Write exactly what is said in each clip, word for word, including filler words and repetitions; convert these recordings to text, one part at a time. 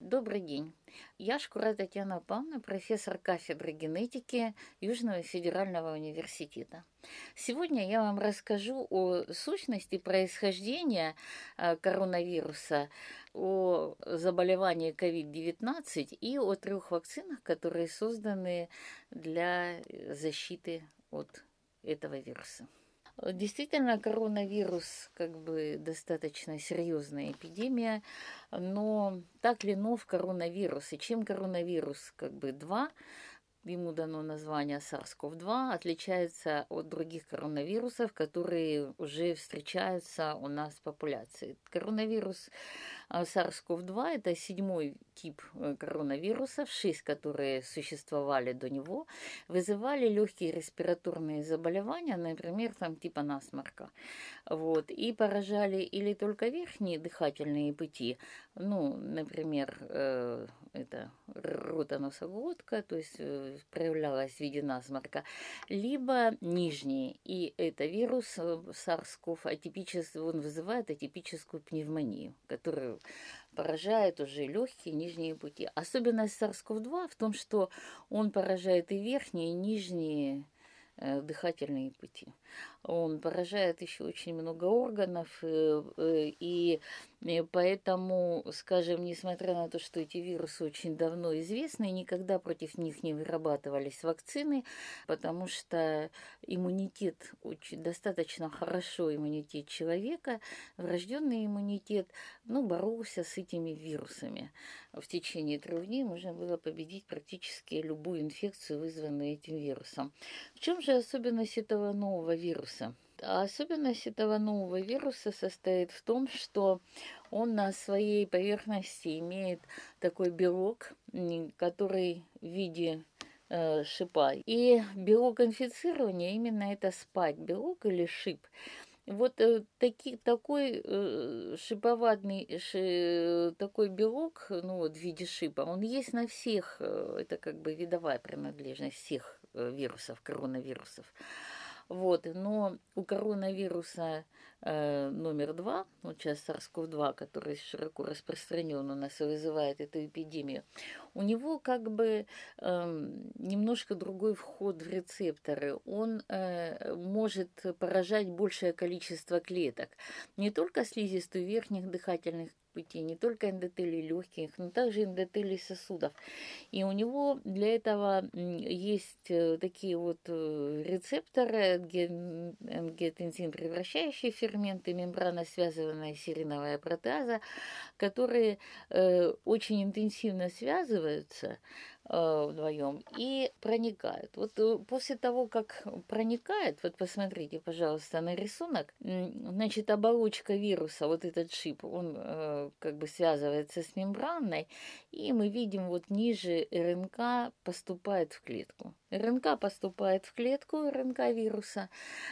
Добрый день. Я Шкура Татьяна Павловна, профессор кафедры генетики Южного федерального университета. Сегодня я вам расскажу о сущности происхождения э, коронавируса, о заболевании ковид девятнадцать и о трех вакцинах, которые созданы для защиты от этого вируса. Действительно, коронавирус как бы достаточно серьезная эпидемия, но так ли нов коронавирус? И чем коронавирус как бы два, ему дано название SARS ков два, отличается от других коронавирусов, которые уже встречаются у нас в популяции. Коронавирус SARS ков два – это седьмой тип коронавирусов, шесть, которые существовали до него, вызывали легкие респираторные заболевания, например, там типа насморка. Вот, и поражали или только верхние дыхательные пути, ну, например, э, это ротоносоглотка, то есть э, проявлялась в виде насморка, либо нижние, и это вирус SARS ков атипический, он вызывает атипическую пневмонию, которую поражает уже легкие и нижние пути. Особенность SARS ков два в том, что он поражает и верхние, и нижние э, дыхательные пути. Он поражает еще очень много органов, э, э, и поэтому, скажем, несмотря на то, что эти вирусы очень давно известны, никогда против них не вырабатывались вакцины, потому что иммунитет, очень, достаточно хорошо иммунитет человека, врожденный иммунитет, ну, боролся с этими вирусами. В течение трех дней можно было победить практически любую инфекцию, вызванную этим вирусом. В чем же особенность этого нового вируса? А особенность этого нового вируса состоит в том, что он на своей поверхности имеет такой белок, который в виде э, шипа. И белок инфицирования именно это спайк-белок или шип. Вот э, таки, такой э, шиповатный ши, такой белок, ну вот в виде шипа, он есть на всех, э, это как бы видовая принадлежность всех э, вирусов, коронавирусов. Вот, но у коронавируса э, номер два, вот сейчас SARS ков два, который широко распространен у нас и вызывает эту эпидемию, у него как бы э, немножко другой вход в рецепторы. Он э, может поражать большее количество клеток. Не только слизистую верхних дыхательных путей, не только эндотелий легких, но также эндотелий сосудов. И у него для этого есть такие вот рецепторы, ангиотензин превращающие ферменты, мембрано-связываемая сериновая протеаза, которые э, очень интенсивно связываются э, вдвоем и проникают. Вот э, после того, как проникает, вот посмотрите, пожалуйста, на рисунок, значит, оболочка вируса, вот этот шип, он э, как бы связывается с мембраной, и мы видим вот ниже РНК поступает в клетку. РНК поступает в клетку, РНК вируса,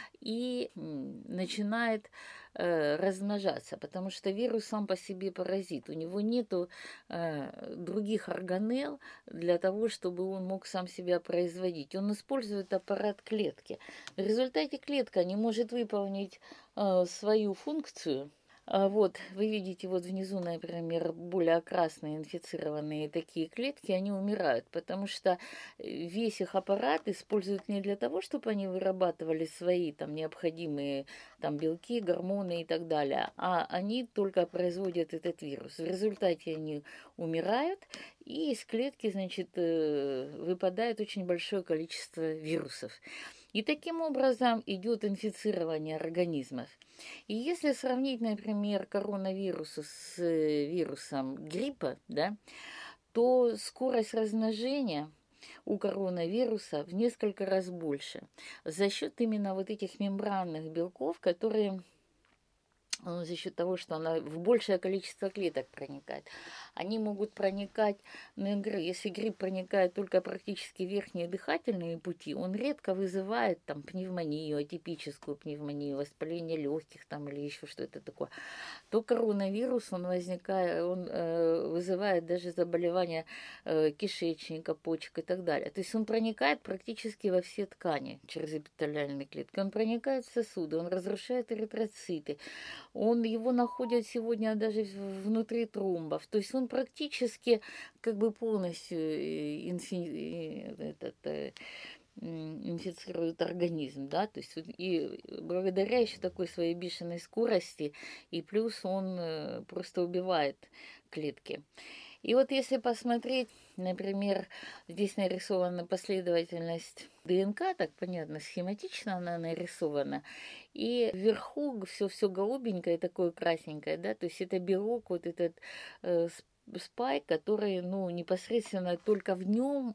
и начинает э, размножаться, потому что вирус сам по себе паразит. У него нету э, других органелл для того, чтобы он мог сам себя производить. Он использует аппарат клетки. В результате клетка не может выполнить э, свою функцию. Вот, вы видите вот внизу, например, более красные инфицированные такие клетки, они умирают, потому что весь их аппарат используют не для того, чтобы они вырабатывали свои там необходимые там белки, гормоны и так далее, а они только производят этот вирус. В результате они умирают, и из клетки, значит, выпадает очень большое количество вирусов. И таким образом идет инфицирование организмов. И если сравнить, например, коронавирус с вирусом гриппа, да, то скорость размножения у коронавируса в несколько раз больше за счет именно вот этих мембранных белков, которые за счет того, что она в большее количество клеток проникает. Они могут проникать, ну, если грипп проникает только практически в верхние дыхательные пути, он редко вызывает там пневмонию, атипическую пневмонию, воспаление легких там или еще что-то такое. То коронавирус, он возникает, он э, вызывает даже заболевания э, кишечника, почек и так далее. То есть он проникает практически во все ткани через эпителиальные клетки. Он проникает в сосуды, он разрушает эритроциты, Он, его находят сегодня даже в- внутри тромбов. То есть он практически как бы полностью э, инфи- э, этот, э, м, инфицирует организм, да, то есть вот и благодаря еще такой своей бешеной скорости, и плюс он э, просто убивает клетки. И вот если посмотреть, например, здесь нарисована последовательность ДНК, так понятно, схематично она нарисована, и вверху все-все голубенькое, такое красненькое, да, то есть это белок, вот этот э, спайк, который, ну, непосредственно только в нем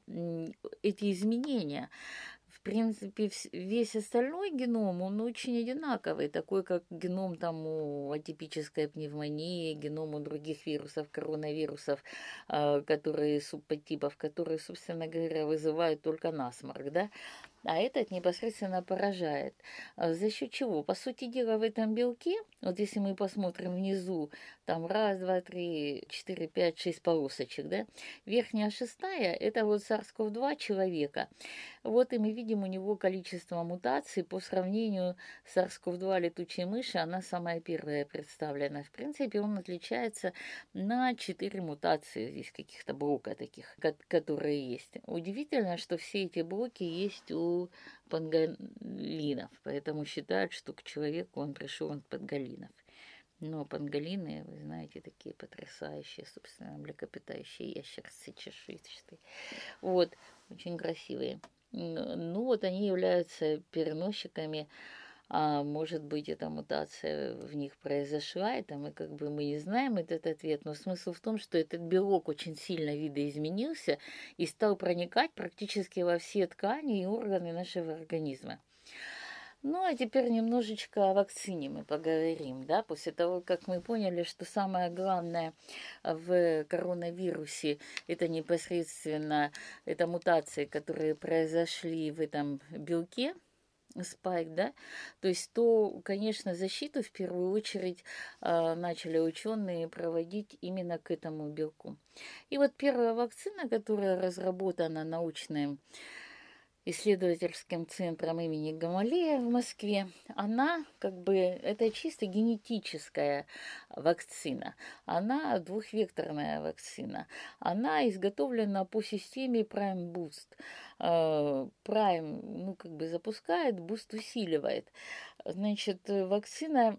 эти изменения. В принципе, весь остальной геном, он очень одинаковый, такой как геном там у атипической пневмонии, геном у других вирусов, коронавирусов, а, которые субподтипов, которые, собственно говоря, вызывают только насморк, да, а этот непосредственно поражает. А за счет чего? По сути дела, в этом белке, вот если мы посмотрим внизу, там раз, два, три, четыре, пять, шесть полосочек, да, верхняя шестая, это вот сарс ков два человека. Вот и мы видим у него количество мутаций по сравнению с сарс ков два летучей мыши, она самая первая представлена. В принципе, он отличается на четыре мутации, здесь каких-то блока таких, которые есть. Удивительно, что все эти блоки есть у панголинов, поэтому считают, что к человеку он пришел от панголинов. Но панголины, вы знаете, такие потрясающие, собственно, млекопитающие ящерцы чешуйчатые. Вот, очень красивые. Ну вот они являются переносчиками, а может быть эта мутация в них произошла, это мы как бы мы не знаем этот ответ, но смысл в том, что этот белок очень сильно видоизменился и стал проникать практически во все ткани и органы нашего организма. Ну, а теперь немножечко о вакцине мы поговорим, да, после того, как мы поняли, что самое главное в коронавирусе это непосредственно это мутации, которые произошли в этом белке, спайк, да, то есть то, конечно, защиту в первую очередь э, начали ученые проводить именно к этому белку. И вот первая вакцина, которая разработана научным исследовательским центром имени Гамалея в Москве, она как бы, это чисто генетическая вакцина, она двухвекторная вакцина, она изготовлена по системе Prime Boost. Prime, ну, как бы запускает, Boost усиливает. Значит, вакцина,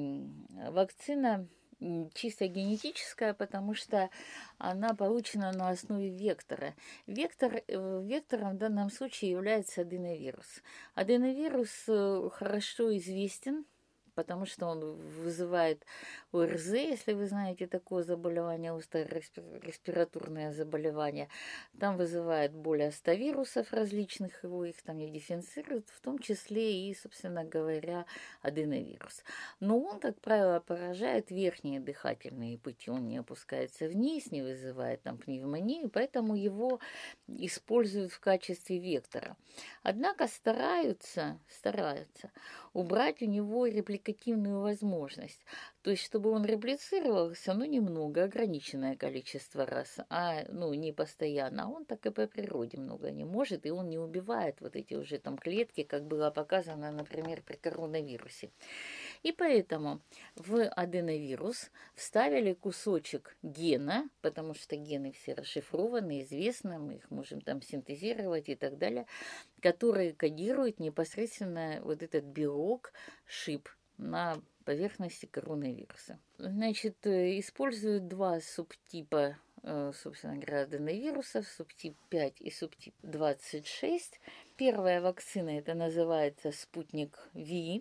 вакцина чисто генетическая, потому что она получена на основе вектора. Вектор, вектором в данном случае является аденовирус. Аденовирус хорошо известен, потому что он вызывает ОРЗ, если вы знаете такое заболевание, острое респираторное заболевание. Там вызывает более ста вирусов различных, его их там не дифференцируют, в том числе и, собственно говоря, аденовирус. Но он, как правило, поражает верхние дыхательные пути, он не опускается вниз, не вызывает там пневмонию, поэтому его используют в качестве вектора. Однако стараются, стараются убрать у него репликативную возможность. То есть, чтобы он реплицировался, ну, немного, ограниченное количество раз, а, ну, не постоянно. А он так и по природе много не может, и он не убивает вот эти уже там клетки, как было показано, например, при коронавирусе. И поэтому в аденовирус вставили кусочек гена, потому что гены все расшифрованы, известны, мы их можем там синтезировать и так далее, которые кодируют непосредственно вот этот белок шип на поверхности коронавируса. Значит, используют два субтипа, собственно говоря, аденовирусов, субтип пять и субтип двадцать шесть. Первая вакцина, это называется спутник Ви.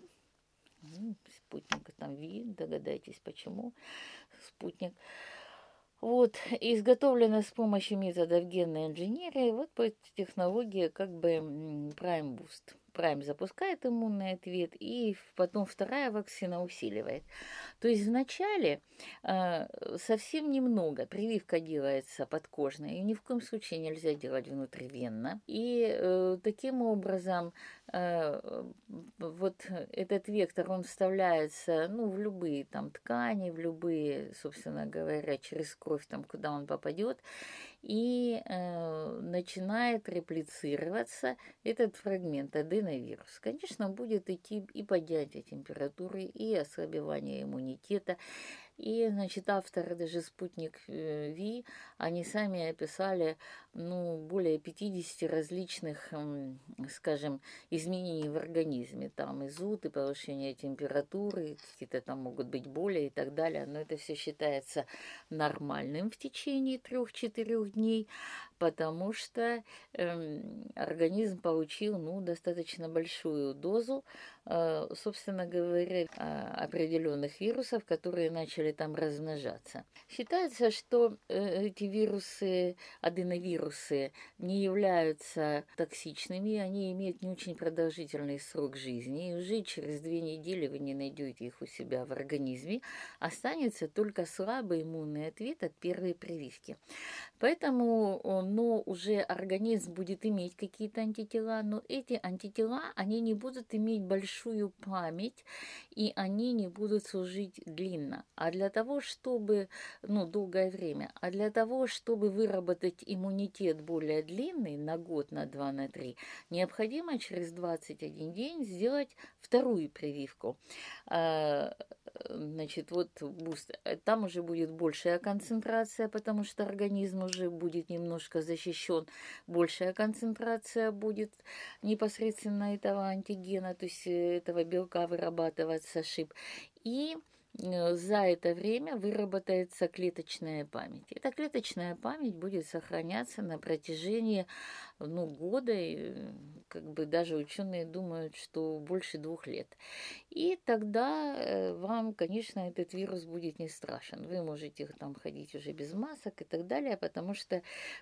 Спутник там Ви, догадайтесь почему. Спутник. Вот, изготовлена с помощью методов генной инженерии, вот по технологии как бы Prime Boost. Prime запускает иммунный ответ, и потом вторая вакцина усиливает. То есть вначале э, совсем немного, прививка делается подкожная, и ни в коем случае нельзя делать внутривенно. И э, таким образом э, вот этот вектор, он вставляется, ну, в любые там ткани, в любые, собственно говоря, через кровь, там, куда он попадет, и э, начинает реплицироваться этот фрагмент аденовируса. аденовирус. Конечно, будет идти и поднятие температуры, и ослабевание иммунитета. И, значит, авторы даже «Спутник Ви», они сами описали, ну, более пятидесяти различных, скажем, изменений в организме. Там и зуд, и повышение температуры, какие-то там могут быть боли и так далее. Но это все считается нормальным в течение трех-четырех дней, потому что э, организм получил, ну, достаточно большую дозу, э, собственно говоря, определенных вирусов, которые начали там размножаться. Считается, что э, эти вирусы, аденовирусы, не являются токсичными, они имеют не очень продолжительный срок жизни, и уже через две недели вы не найдете их у себя в организме, останется только слабый иммунный ответ от первой прививки. Поэтому, но уже организм будет иметь какие-то антитела, но эти антитела, они не будут иметь большую память, и они не будут служить длинно. А для того, чтобы, ну, долгое время, а для того, чтобы выработать иммунитет более длинный, на год, на два, на три, необходимо через двадцать один день сделать вторую прививку. Значит, вот буст, там уже будет большая концентрация, потому что организм уже будет немножко защищен, большая концентрация будет непосредственно этого антигена, то есть этого белка вырабатываться шип. И за это время выработается клеточная память. Эта клеточная память будет сохраняться на протяжении, ну, года, и как бы даже ученые думают, что больше двух лет. И тогда вам, конечно, этот вирус будет не страшен. Вы можете там ходить уже без масок и так далее, потому что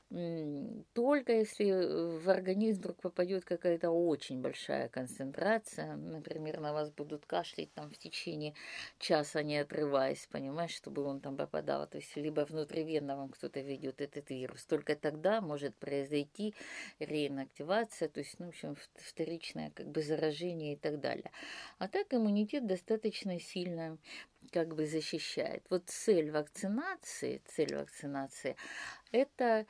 м, только если в организм вдруг попадет какая-то очень большая концентрация, например, на вас будут кашлять там в течение часа, не отрываясь, понимаешь, чтобы он там попадал, то есть либо внутривенно вам кто-то ведет этот вирус, только тогда может произойти реинактивация, то есть, ну, в общем, вторичное как бы заражение и так далее. А так иммунитет достаточно сильно как бы защищает. Вот цель вакцинации, цель вакцинации это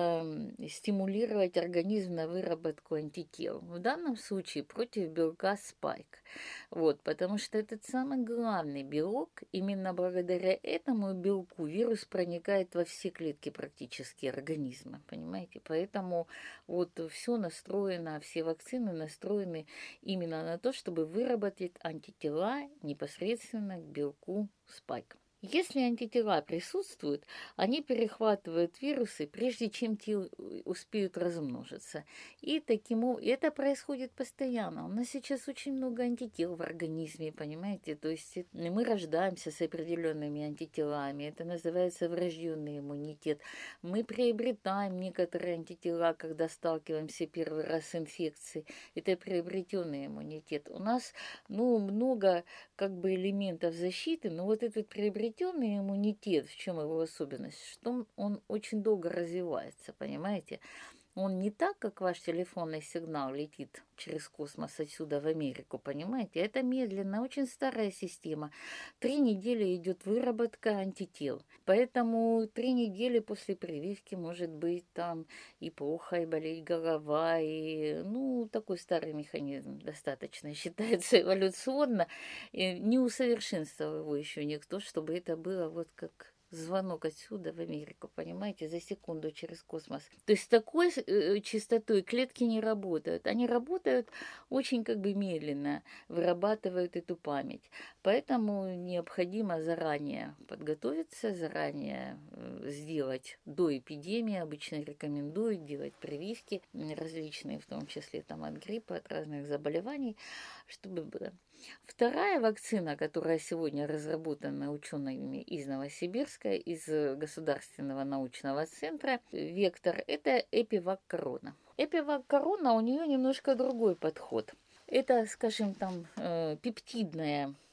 э, стимулировать организм на выработку антител. В данном случае против белка спайк. Вот, потому что этот самый главный белок, именно благодаря этому белку вирус проникает во все клетки практически организма, понимаете? Поэтому вот все настроено, все вакцины настроены именно на то, чтобы выработать антитела непосредственно к белку спайк. Если антитела присутствуют, они перехватывают вирусы, прежде чем те успеют размножиться. И таким образом, это происходит постоянно. У нас сейчас очень много антител в организме, понимаете? То есть мы рождаемся с определенными антителами. Это называется врожденный иммунитет. Мы приобретаем некоторые антитела, когда сталкиваемся первый раз с инфекцией. Это приобретенный иммунитет. У нас, ну, много как бы элементов защиты, но вот этот приобретенный иммунитет, в чем его особенность, что он очень долго развивается, понимаете? Он не так, как ваш телефонный сигнал летит через космос отсюда в Америку, понимаете? Это медленно, очень старая система. Три недели идет выработка антител. Поэтому три недели после прививки может быть там и плохо, и болеть голова, и, ну, такой старый механизм достаточно считается эволюционно. И не усовершенствовал его еще никто, чтобы это было вот как звонок отсюда в Америку, понимаете, за секунду через космос. То есть с такой э, частотой клетки не работают. Они работают очень как бы медленно, вырабатывают эту память. Поэтому необходимо заранее подготовиться, заранее э, сделать до эпидемии. Обычно рекомендуют делать прививки различные, в том числе там от гриппа, от разных заболеваний, чтобы было. Вторая вакцина, которая сегодня разработана учеными из Новосибирска, из Государственного научного центра «Вектор», это Эпивак Корона. Эпивак Корона, у нее немножко другой подход. Это, скажем, там пептидная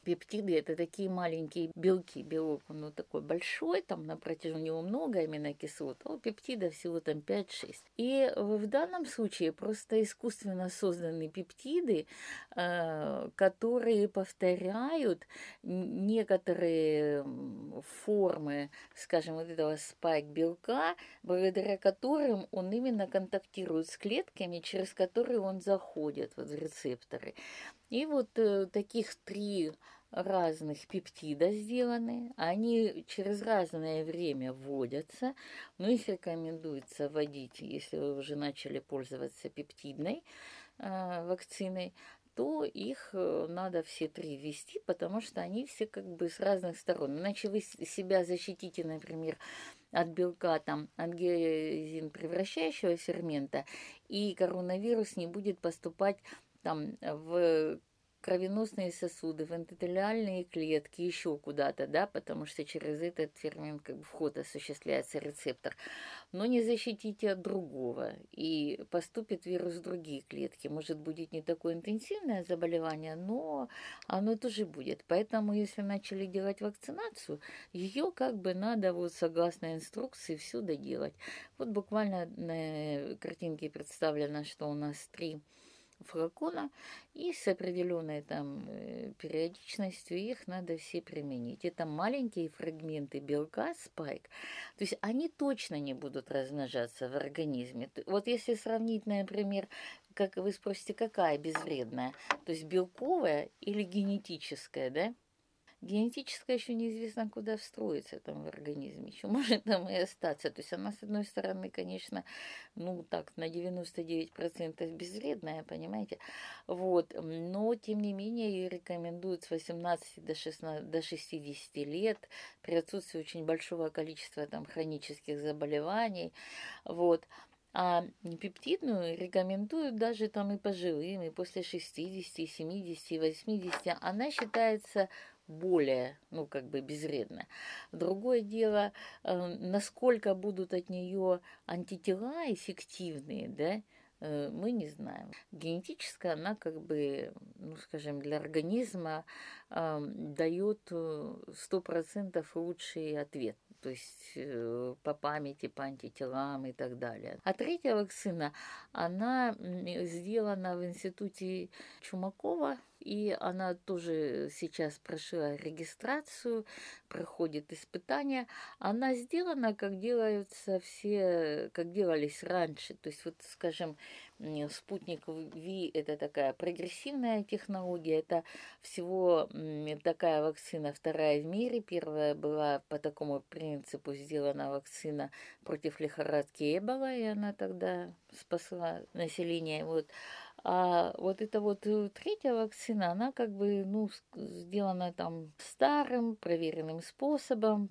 Пептиды – это такие маленькие белки. Белок, он вот такой большой, там на протяжении него много аминокислот, а у пептида всего там пять-шесть. И в данном случае просто искусственно созданы пептиды, которые повторяют некоторые формы, скажем, вот этого спайк-белка, благодаря которым он именно контактирует с клетками, через которые он заходит вот в рецепторы. И вот э, таких три разных пептида сделаны, они через разное время вводятся, но их рекомендуется вводить, если вы уже начали пользоваться пептидной э, вакциной, то их надо все три ввести, потому что они все как бы с разных сторон. Иначе вы себя защитите, например, от белка, там, ангиозин превращающего фермента, и коронавирус не будет поступать там в кровеносные сосуды, в эндотелиальные клетки, еще куда-то, да, потому что через этот фермент как бы вход осуществляется рецептор. Но не защитите от другого, и поступит вирус в другие клетки. Может, будет не такое интенсивное заболевание, но оно тоже будет. Поэтому, если начали делать вакцинацию, ее как бы надо вот согласно инструкции все доделать. Вот буквально на картинке представлено, что у нас три флакона, и с определенной там периодичностью их надо все применить. Это маленькие фрагменты белка спайк, то есть они точно не будут размножаться в организме. Вот если сравнить, например, как вы спросите, какая безвредная, то есть белковая или генетическая, да? Генетическая еще неизвестно, куда встроиться там в организме, еще может там и остаться. То есть она, с одной стороны, конечно, ну так, на девяносто девять процентов безвредная, понимаете, вот, но, тем не менее, ее рекомендуют с восемнадцати до шестнадцати, до шестидесяти лет при отсутствии очень большого количества там хронических заболеваний, вот. А пептидную рекомендуют даже там и пожилым, и после шестидесяти, семидесяти, восьмидесяти. Она считается более, ну, как бы безвредная. Другое дело, насколько будут от нее антитела эффективные, да, мы не знаем. Генетическая, она как бы, ну, скажем, для организма э, дает сто процентов лучший ответ. То есть э, по памяти, по антителам и так далее. А третья вакцина, она сделана в институте Чумакова, и она тоже сейчас прошла регистрацию, проходит испытания. Она сделана, как делаются все, как делались раньше. То есть, вот, скажем, спутник Ви – это такая прогрессивная технология, это всего такая вакцина вторая в мире. Первая была по такому принципу сделана вакцина против лихорадки Эбола, и она тогда спасла население. Вот. А вот эта вот третья вакцина, она как бы, ну, сделана там старым, проверенным способом,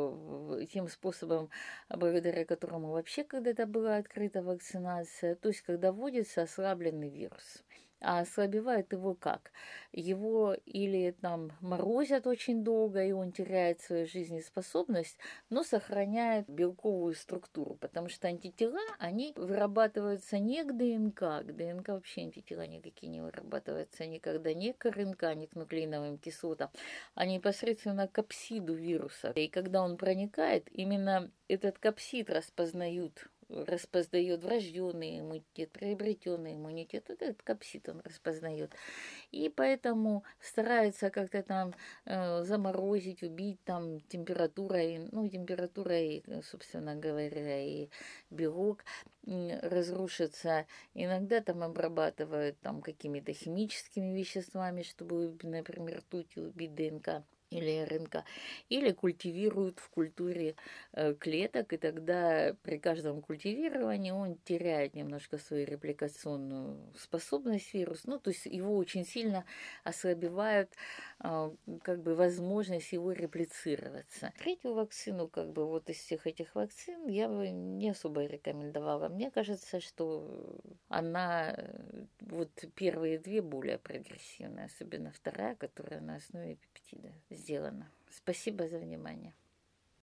тем способом, благодаря которому вообще когда-то была открыта вакцинация, то есть когда вводится ослабленный вирус. А ослабевает его как? Его или там морозят очень долго, и он теряет свою жизнеспособность, но сохраняет белковую структуру, потому что антитела, они вырабатываются не к ДНК, к ДНК вообще антитела никакие не вырабатываются никогда, не к РНК, не к нуклеиновым кислотам, а непосредственно к капсиду вируса. И когда он проникает, именно этот капсид распознают распознает врожденный иммунитет, приобретенный иммунитет. Вот этот капсид он распознает. И поэтому стараются как-то там э, заморозить, убить там температурой, ну, температурой, собственно говоря, и белок э, разрушится. Иногда там обрабатывают там какими-то химическими веществами, чтобы, например, ртутью убить ДНК или РНК, или культивируют в культуре э, клеток, и тогда при каждом культивировании он теряет немножко свою репликационную способность вирус, ну, то есть его очень сильно ослабевают э, как бы возможность его реплицироваться. Третью вакцину, как бы вот из всех этих вакцин, я бы не особо рекомендовала. Мне кажется, что она, вот первые две более прогрессивные, особенно вторая, которая на основе пептида сделано. Спасибо за внимание.